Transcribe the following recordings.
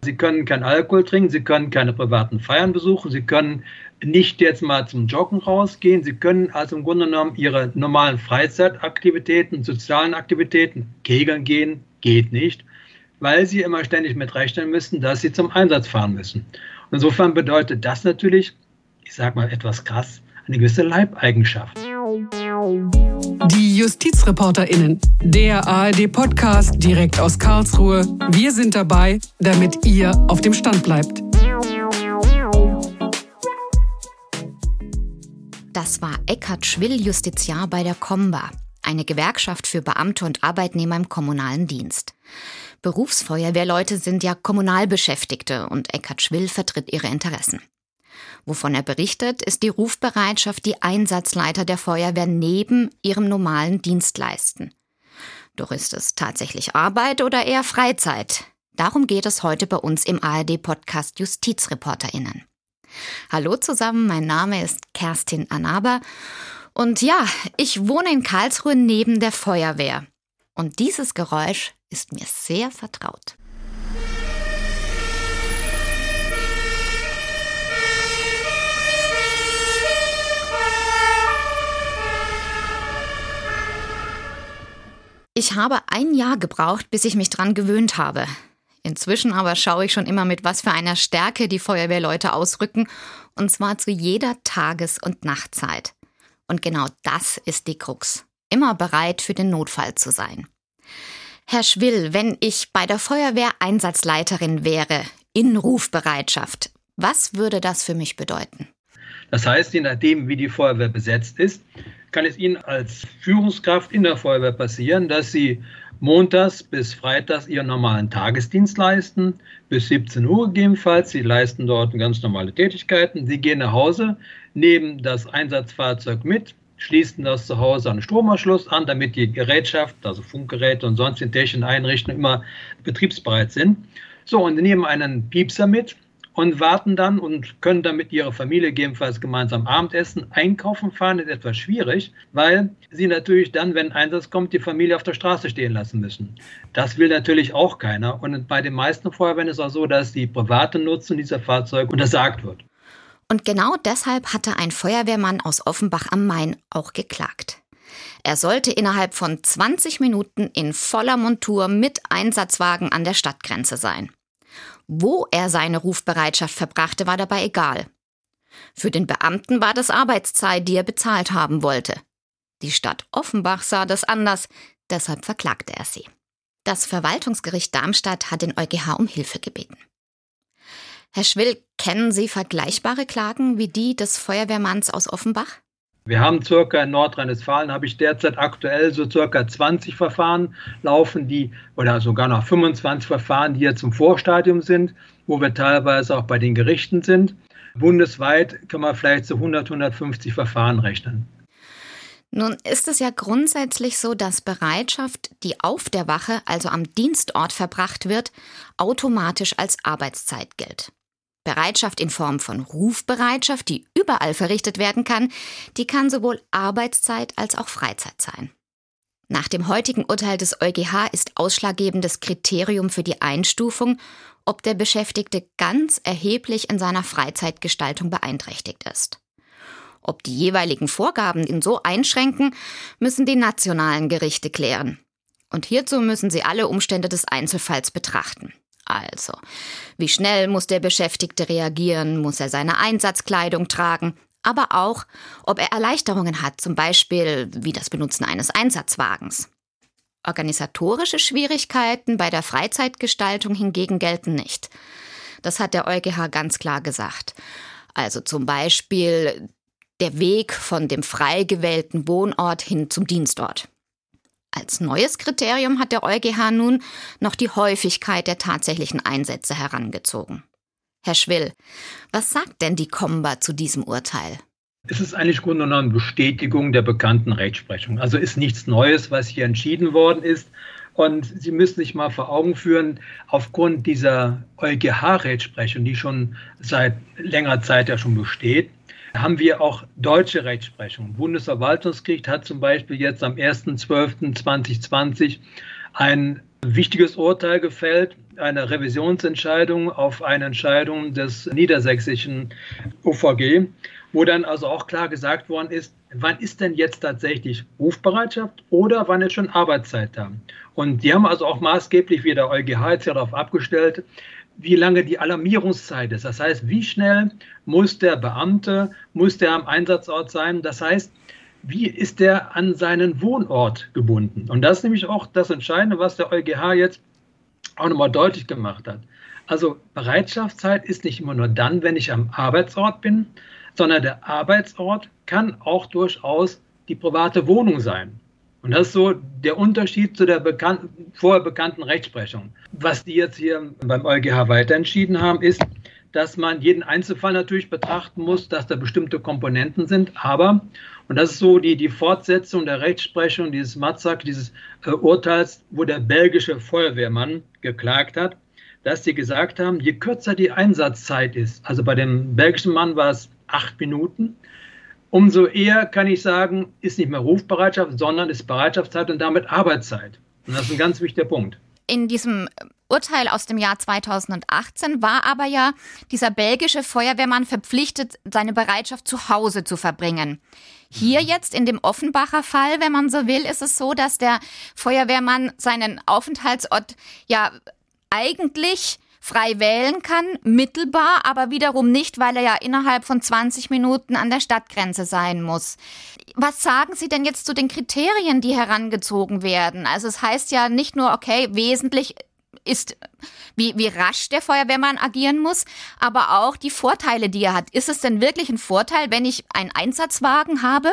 Sie können keinen Alkohol trinken, Sie können keine privaten Feiern besuchen, Sie können nicht jetzt mal zum Joggen rausgehen. Sie können also im Grunde genommen Ihre normalen Freizeitaktivitäten, sozialen Aktivitäten, kegeln gehen, geht nicht, weil Sie immer ständig mit rechnen müssen, dass Sie zum Einsatz fahren müssen. Und insofern bedeutet das natürlich, ich sage mal etwas krass, eine gewisse Leibeigenschaft. Die JustizreporterInnen, der ARD-Podcast direkt aus Karlsruhe. Wir sind dabei, damit ihr auf dem Stand bleibt. Das war Eckhard Schwill, Justiziar bei der KOMBA, eine Gewerkschaft für Beamte und Arbeitnehmer im kommunalen Dienst. Berufsfeuerwehrleute sind ja Kommunalbeschäftigte und Eckhard Schwill vertritt ihre Interessen. Wovon er berichtet, ist die Rufbereitschaft, die Einsatzleiter der Feuerwehr neben ihrem normalen Dienst leisten. Doch ist es tatsächlich Arbeit oder eher Freizeit? Darum geht es heute bei uns im ARD-Podcast JustizreporterInnen. Hallo zusammen, mein Name ist Kerstin Anaber und ja, ich wohne in Karlsruhe neben der Feuerwehr. Und dieses Geräusch ist mir sehr vertraut. Ich habe ein Jahr gebraucht, bis ich mich dran gewöhnt habe. Inzwischen aber schaue ich schon immer, mit was für einer Stärke die Feuerwehrleute ausrücken, und zwar zu jeder Tages- und Nachtzeit. Und genau das ist die Krux. Immer bereit für den Notfall zu sein. Herr Schwill, wenn ich bei der Feuerwehr Einsatzleiterin wäre, in Rufbereitschaft, was würde das für mich bedeuten? Das heißt, je nachdem, wie die Feuerwehr besetzt ist, kann es Ihnen als Führungskraft in der Feuerwehr passieren, dass Sie montags bis freitags Ihren normalen Tagesdienst leisten, bis 17 Uhr gegebenenfalls. Sie leisten dort ganz normale Tätigkeiten. Sie gehen nach Hause, nehmen das Einsatzfahrzeug mit, schließen das zu Hause an den Stromanschluss an, damit die Gerätschaft, also Funkgeräte und sonstige technischen Einrichtungen immer betriebsbereit sind. So, und nehmen einen Piepser mit und warten dann und können dann mit ihrer Familie gegebenenfalls gemeinsam Abendessen. Einkaufen fahren ist etwas schwierig, weil sie natürlich dann, wenn Einsatz kommt, die Familie auf der Straße stehen lassen müssen. Das will natürlich auch keiner. Und bei den meisten Feuerwehren ist es auch so, dass die private Nutzung dieser Fahrzeuge untersagt wird. Und genau deshalb hatte ein Feuerwehrmann aus Offenbach am Main auch geklagt. Er sollte innerhalb von 20 Minuten in voller Montur mit Einsatzwagen an der Stadtgrenze sein. Wo er seine Rufbereitschaft verbrachte, war dabei egal. Für den Beamten war das Arbeitszeit, die er bezahlt haben wollte. Die Stadt Offenbach sah das anders, deshalb verklagte er sie. Das Verwaltungsgericht Darmstadt hat den EuGH um Hilfe gebeten. Herr Schwill, kennen Sie vergleichbare Klagen wie die des Feuerwehrmanns aus Offenbach? Wir haben circa in Nordrhein-Westfalen, habe ich derzeit aktuell so circa 20 Verfahren laufen, oder sogar noch 25 Verfahren, die jetzt im Vorstadium sind, wo wir teilweise auch bei den Gerichten sind. Bundesweit kann man vielleicht so 100, 150 Verfahren rechnen. Nun ist es ja grundsätzlich so, dass Bereitschaft, die auf der Wache, also am Dienstort verbracht wird, automatisch als Arbeitszeit gilt. Bereitschaft in Form von Rufbereitschaft, die überall verrichtet werden kann, die kann sowohl Arbeitszeit als auch Freizeit sein. Nach dem heutigen Urteil des EuGH ist ausschlaggebendes Kriterium für die Einstufung, ob der Beschäftigte ganz erheblich in seiner Freizeitgestaltung beeinträchtigt ist. Ob die jeweiligen Vorgaben ihn so einschränken, müssen die nationalen Gerichte klären. Und hierzu müssen sie alle Umstände des Einzelfalls betrachten. Also, wie schnell muss der Beschäftigte reagieren, muss er seine Einsatzkleidung tragen, aber auch, ob er Erleichterungen hat, zum Beispiel wie das Benutzen eines Einsatzwagens. Organisatorische Schwierigkeiten bei der Freizeitgestaltung hingegen gelten nicht. Das hat der EuGH ganz klar gesagt. Also zum Beispiel der Weg von dem frei gewählten Wohnort hin zum Dienstort. Als neues Kriterium hat der EuGH nun noch die Häufigkeit der tatsächlichen Einsätze herangezogen. Herr Schwill, was sagt denn die KOMBA zu diesem Urteil? Es ist eigentlich im Grunde genommen Bestätigung der bekannten Rechtsprechung. Also ist nichts Neues, was hier entschieden worden ist. Und Sie müssen sich mal vor Augen führen, aufgrund dieser EuGH-Rechtsprechung, die schon seit längerer Zeit ja schon besteht, haben wir auch deutsche Rechtsprechung. Bundesverwaltungsgericht hat zum Beispiel jetzt am 1.12.2020 ein wichtiges Urteil gefällt, eine Revisionsentscheidung auf eine Entscheidung des niedersächsischen OVG, wo dann also auch klar gesagt worden ist, wann ist denn jetzt tatsächlich Rufbereitschaft oder wann ist schon Arbeitszeit da? Und die haben also auch maßgeblich, wie der EuGH jetzt darauf abgestellt, wie lange die Alarmierungszeit ist. Das heißt, wie schnell muss der Beamte, muss der am Einsatzort sein? Das heißt, wie ist der an seinen Wohnort gebunden? Und das ist nämlich auch das Entscheidende, was der EuGH jetzt auch nochmal deutlich gemacht hat. Also Bereitschaftszeit ist nicht immer nur dann, wenn ich am Arbeitsort bin, sondern der Arbeitsort kann auch durchaus die private Wohnung sein. Und das ist so der Unterschied zu der vorher bekannten Rechtsprechung. Was die jetzt hier beim EuGH weiter entschieden haben, ist, dass man jeden Einzelfall natürlich betrachten muss, dass da bestimmte Komponenten sind. Aber, und das ist so die Fortsetzung der Rechtsprechung dieses Matzak, dieses Urteils, wo der belgische Feuerwehrmann geklagt hat, dass sie gesagt haben, je kürzer die Einsatzzeit ist, also bei dem belgischen Mann war es 8 Minuten, umso eher kann ich sagen, ist nicht mehr Rufbereitschaft, sondern ist Bereitschaftszeit und damit Arbeitszeit. Und das ist ein ganz wichtiger Punkt. In diesem Urteil aus dem Jahr 2018 war aber ja dieser belgische Feuerwehrmann verpflichtet, seine Bereitschaft zu Hause zu verbringen. Hier jetzt in dem Offenbacher Fall, wenn man so will, ist es so, dass der Feuerwehrmann seinen Aufenthaltsort ja eigentlich frei wählen kann, mittelbar, aber wiederum nicht, weil er ja innerhalb von 20 Minuten an der Stadtgrenze sein muss. Was sagen Sie denn jetzt zu den Kriterien, die herangezogen werden? Also es heißt ja nicht nur, okay, wesentlich ist, wie rasch der Feuerwehrmann agieren muss, aber auch die Vorteile, die er hat. Ist es denn wirklich ein Vorteil, wenn ich einen Einsatzwagen habe?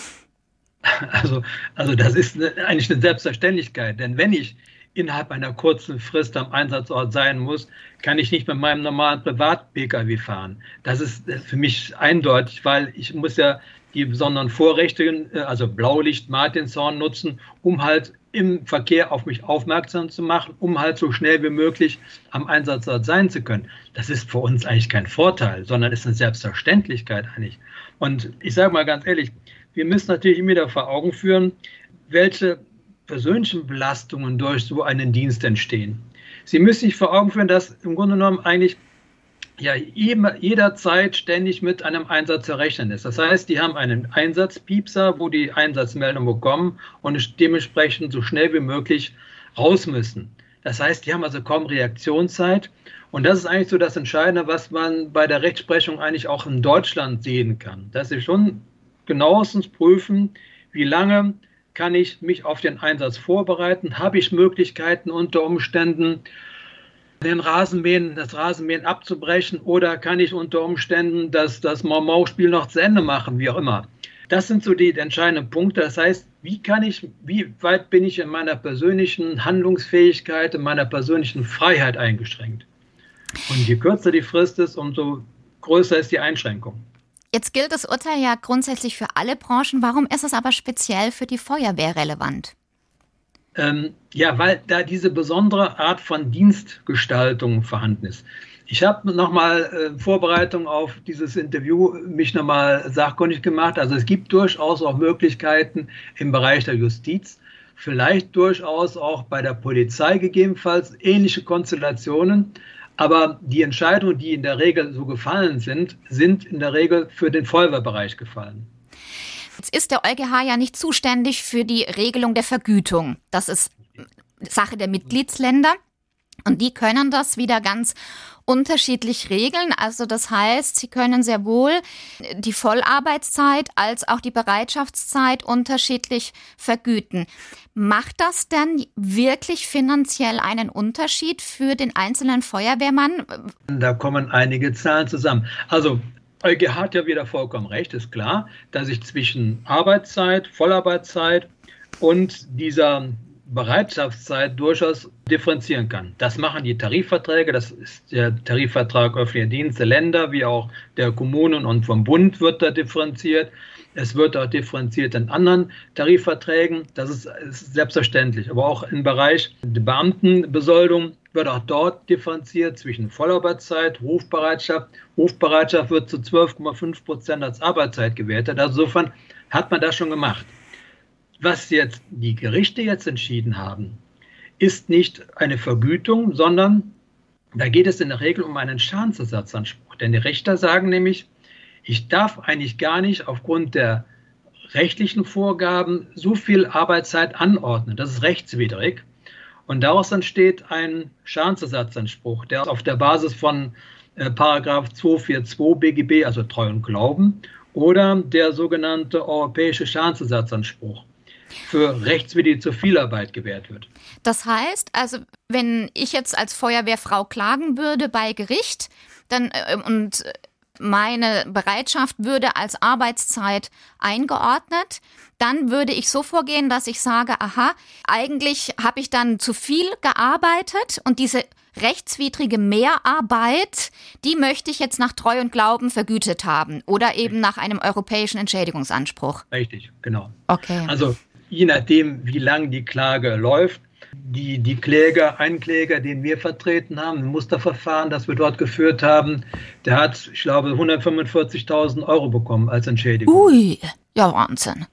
Also das ist eigentlich eine Selbstverständlichkeit, denn wenn ich innerhalb einer kurzen Frist am Einsatzort sein muss, kann ich nicht mit meinem normalen Privat-Pkw fahren. Das ist für mich eindeutig, weil ich muss ja die besonderen Vorrechte, also Blaulicht, Martinshorn nutzen, um halt im Verkehr auf mich aufmerksam zu machen, um halt so schnell wie möglich am Einsatzort sein zu können. Das ist für uns eigentlich kein Vorteil, sondern ist eine Selbstverständlichkeit eigentlich. Und ich sage mal ganz ehrlich, wir müssen natürlich immer wieder vor Augen führen, welche persönlichen Belastungen durch so einen Dienst entstehen. Sie müssen sich vor Augen führen, dass im Grunde genommen eigentlich ja jederzeit ständig mit einem Einsatz zu rechnen ist. Das heißt, die haben einen Einsatzpiepser, wo die Einsatzmeldung bekommen und dementsprechend so schnell wie möglich raus müssen. Das heißt, die haben also kaum Reaktionszeit. Und das ist eigentlich so das Entscheidende, was man bei der Rechtsprechung eigentlich auch in Deutschland sehen kann. Dass sie schon genauestens prüfen, wie lange kann ich mich auf den Einsatz vorbereiten? Habe ich Möglichkeiten unter Umständen, das Rasenmähen abzubrechen oder kann ich unter Umständen das Mau-Mau-Spiel noch zu Ende machen, wie auch immer. Das sind so die entscheidenden Punkte. Das heißt, wie weit bin ich in meiner persönlichen Handlungsfähigkeit, in meiner persönlichen Freiheit eingeschränkt? Und je kürzer die Frist ist, umso größer ist die Einschränkung. Jetzt gilt das Urteil ja grundsätzlich für alle Branchen. Warum ist es aber speziell für die Feuerwehr relevant? Ja, weil da diese besondere Art von Dienstgestaltung vorhanden ist. Ich habe nochmal Vorbereitung auf dieses Interview mich nochmal sachkundig gemacht. Also es gibt durchaus auch Möglichkeiten im Bereich der Justiz, vielleicht durchaus auch bei der Polizei gegebenenfalls ähnliche Konstellationen. Aber die Entscheidungen, die in der Regel so gefallen sind, sind in der Regel für den Feuerwehrbereich gefallen. Jetzt ist der EuGH ja nicht zuständig für die Regelung der Vergütung. Das ist Sache der Mitgliedsländer und die können das wieder ganz unterschiedlich regeln. Also das heißt, sie können sehr wohl die Vollarbeitszeit als auch die Bereitschaftszeit unterschiedlich vergüten. Macht das denn wirklich finanziell einen Unterschied für den einzelnen Feuerwehrmann? Da kommen einige Zahlen zusammen. Also EuGH hat ja wieder vollkommen recht, ist klar, dass ich zwischen Arbeitszeit, Vollarbeitszeit und dieser Bereitschaftszeit durchaus differenzieren kann. Das machen die Tarifverträge, das ist der Tarifvertrag öffentlicher Dienste, Länder, wie auch der Kommunen und vom Bund wird da differenziert. Es wird auch differenziert in anderen Tarifverträgen, das ist selbstverständlich. Aber auch im Bereich der Beamtenbesoldung wird auch dort differenziert zwischen Vollarbeitszeit, Rufbereitschaft. Rufbereitschaft wird zu 12,5% als Arbeitszeit gewertet. Also insofern hat man das schon gemacht. Was jetzt die Gerichte jetzt entschieden haben, ist nicht eine Vergütung, sondern da geht es in der Regel um einen Schadensersatzanspruch. Denn die Richter sagen nämlich, ich darf eigentlich gar nicht aufgrund der rechtlichen Vorgaben so viel Arbeitszeit anordnen. Das ist rechtswidrig. Und daraus entsteht ein Schadensersatzanspruch, der auf der Basis von Paragraph 242 BGB, also Treu und Glauben, oder der sogenannte europäische Schadensersatzanspruch für rechtswidrige Zuvielarbeit gewährt wird. Das heißt, also wenn ich jetzt als Feuerwehrfrau klagen würde bei Gericht, dann und meine Bereitschaft würde als Arbeitszeit eingeordnet, dann würde ich so vorgehen, dass ich sage, aha, eigentlich habe ich dann zu viel gearbeitet und diese rechtswidrige Mehrarbeit, die möchte ich jetzt nach Treu und Glauben vergütet haben oder eben nach einem europäischen Entschädigungsanspruch. Richtig, genau. Okay. Also je nachdem, wie lang die Klage läuft, die Ankläger, den wir vertreten haben, ein Musterverfahren, das wir dort geführt haben, der hat, ich glaube, 145.000 Euro bekommen als Entschädigung. Ui, ja Wahnsinn.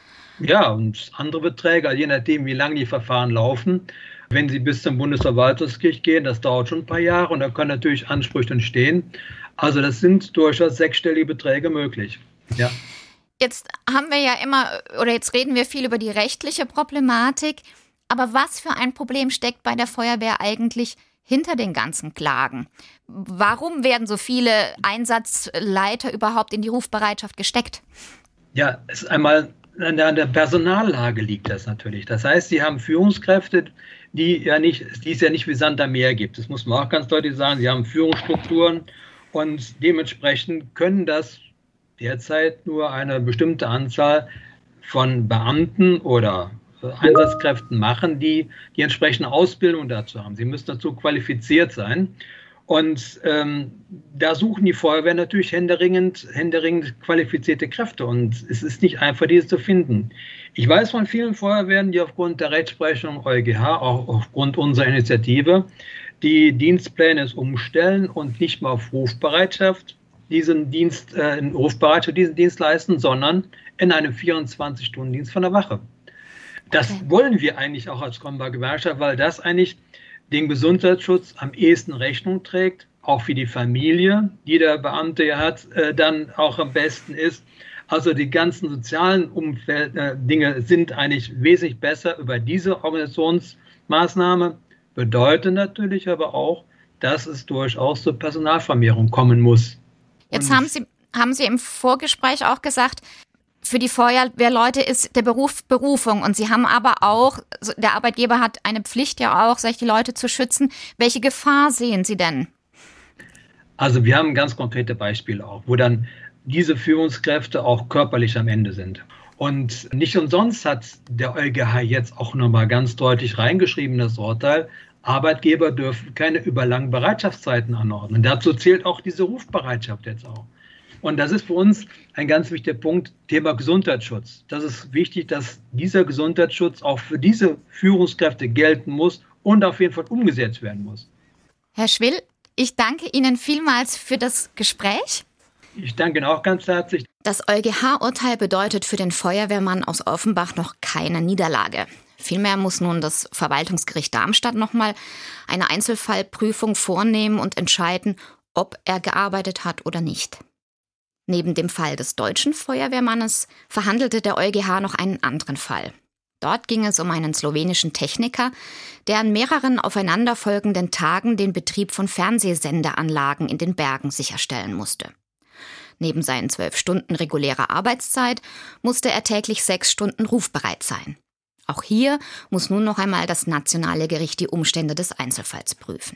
Ja, und andere Beträge, je nachdem, wie lang die Verfahren laufen, wenn sie bis zum Bundesverwaltungsgericht gehen, das dauert schon ein paar Jahre und da können natürlich Ansprüche entstehen. Also das sind durchaus sechsstellige Beträge möglich. Ja. Jetzt haben wir ja jetzt reden wir viel über die rechtliche Problematik. Aber was für ein Problem steckt bei der Feuerwehr eigentlich hinter den ganzen Klagen? Warum werden so viele Einsatzleiter überhaupt in die Rufbereitschaft gesteckt? Ja, es ist einmal an der Personallage liegt das natürlich. Das heißt, sie haben Führungskräfte, die es ja nicht wie Sand am Meer gibt. Das muss man auch ganz deutlich sagen. Sie haben Führungsstrukturen und dementsprechend können das derzeit nur eine bestimmte Anzahl von Beamten oder Einsatzkräften machen, die entsprechende Ausbildung dazu haben. Sie müssen dazu qualifiziert sein. Und da suchen die Feuerwehr natürlich händeringend qualifizierte Kräfte. Und es ist nicht einfach, diese zu finden. Ich weiß von vielen Feuerwehren, die aufgrund der Rechtsprechung EuGH, auch aufgrund unserer Initiative, die Dienstpläne umstellen und nicht mehr auf Rufbereitschaft diesen Dienst leisten, sondern in einem 24-Stunden-Dienst von der Wache. Das wollen wir eigentlich auch als Gewerkschaft, weil das eigentlich den Gesundheitsschutz am ehesten Rechnung trägt, auch für die Familie, die der Beamte hat, dann auch am besten ist. Also die ganzen sozialen Dinge sind eigentlich wesentlich besser über diese Organisationsmaßnahme, bedeutet natürlich aber auch, dass es durchaus zur Personalvermehrung kommen muss. Jetzt haben Sie im Vorgespräch auch gesagt, für die Feuerwehrleute ist der Beruf Berufung und sie haben aber auch, der Arbeitgeber hat eine Pflicht ja auch, sich die Leute zu schützen. Welche Gefahr sehen Sie denn? Also wir haben ganz konkrete Beispiele auch, wo dann diese Führungskräfte auch körperlich am Ende sind. Und nicht umsonst hat der EuGH jetzt auch nochmal ganz deutlich reingeschrieben, das Urteil, Arbeitgeber dürfen keine überlangen Bereitschaftszeiten anordnen. Dazu zählt auch diese Rufbereitschaft jetzt auch. Und das ist für uns ein ganz wichtiger Punkt, Thema Gesundheitsschutz. Das ist wichtig, dass dieser Gesundheitsschutz auch für diese Führungskräfte gelten muss und auf jeden Fall umgesetzt werden muss. Herr Schwill, ich danke Ihnen vielmals für das Gespräch. Ich danke Ihnen auch ganz herzlich. Das EuGH-Urteil bedeutet für den Feuerwehrmann aus Offenbach noch keine Niederlage. Vielmehr muss nun das Verwaltungsgericht Darmstadt nochmal eine Einzelfallprüfung vornehmen und entscheiden, ob er gearbeitet hat oder nicht. Neben dem Fall des deutschen Feuerwehrmannes verhandelte der EuGH noch einen anderen Fall. Dort ging es um einen slowenischen Techniker, der an mehreren aufeinanderfolgenden Tagen den Betrieb von Fernsehsenderanlagen in den Bergen sicherstellen musste. Neben seinen 12 Stunden regulärer Arbeitszeit musste er täglich 6 Stunden rufbereit sein. Auch hier muss nun noch einmal das nationale Gericht die Umstände des Einzelfalls prüfen.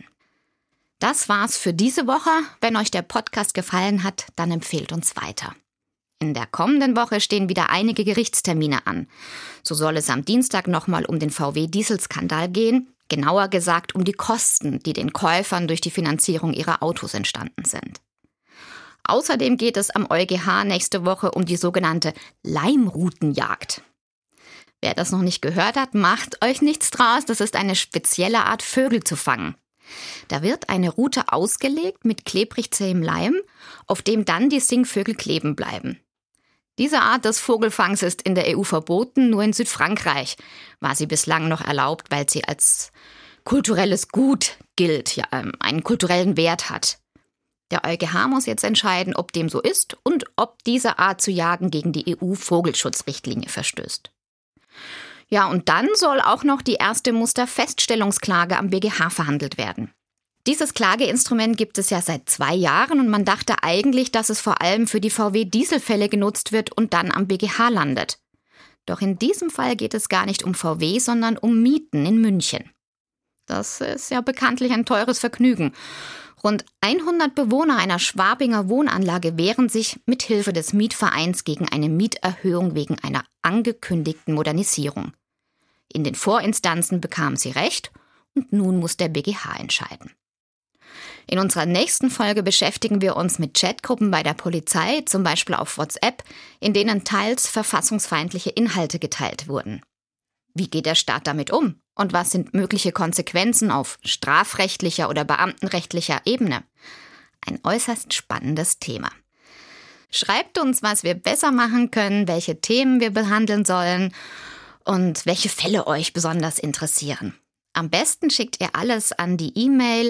Das war's für diese Woche. Wenn euch der Podcast gefallen hat, dann empfehlt uns weiter. In der kommenden Woche stehen wieder einige Gerichtstermine an. So soll es am Dienstag nochmal um den VW-Dieselskandal gehen, genauer gesagt um die Kosten, die den Käufern durch die Finanzierung ihrer Autos entstanden sind. Außerdem geht es am EuGH nächste Woche um die sogenannte Leimrutenjagd. Wer das noch nicht gehört hat, macht euch nichts draus, das ist eine spezielle Art, Vögel zu fangen. Da wird eine Rute ausgelegt mit klebrig zähem Leim, auf dem dann die Singvögel kleben bleiben. Diese Art des Vogelfangs ist in der EU verboten, nur in Südfrankreich war sie bislang noch erlaubt, weil sie als kulturelles Gut gilt, einen kulturellen Wert hat. Der EuGH muss jetzt entscheiden, ob dem so ist und ob diese Art zu jagen gegen die EU-Vogelschutzrichtlinie verstößt. Ja, und dann soll auch noch die erste Musterfeststellungsklage am BGH verhandelt werden. Dieses Klageinstrument gibt es ja seit 2 Jahren und man dachte eigentlich, dass es vor allem für die VW-Dieselfälle genutzt wird und dann am BGH landet. Doch in diesem Fall geht es gar nicht um VW, sondern um Mieten in München. Das ist ja bekanntlich ein teures Vergnügen. Rund 100 Bewohner einer Schwabinger Wohnanlage wehren sich mit Hilfe des Mietvereins gegen eine Mieterhöhung wegen einer angekündigten Modernisierung. In den Vorinstanzen bekamen sie Recht und nun muss der BGH entscheiden. In unserer nächsten Folge beschäftigen wir uns mit Chatgruppen bei der Polizei, zum Beispiel auf WhatsApp, in denen teils verfassungsfeindliche Inhalte geteilt wurden. Wie geht der Staat damit um? Und was sind mögliche Konsequenzen auf strafrechtlicher oder beamtenrechtlicher Ebene? Ein äußerst spannendes Thema. Schreibt uns, was wir besser machen können, welche Themen wir behandeln sollen und welche Fälle euch besonders interessieren. Am besten schickt ihr alles an die E-Mail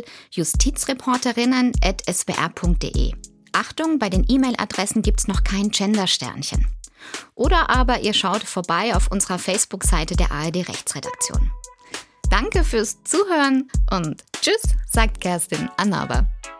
justizreporterinnen@swr.de. Achtung, bei den E-Mail-Adressen gibt's noch kein Gender-Sternchen. Oder aber ihr schaut vorbei auf unserer Facebook-Seite der ARD Rechtsredaktion. Danke fürs Zuhören und tschüss, sagt Kerstin Annaber.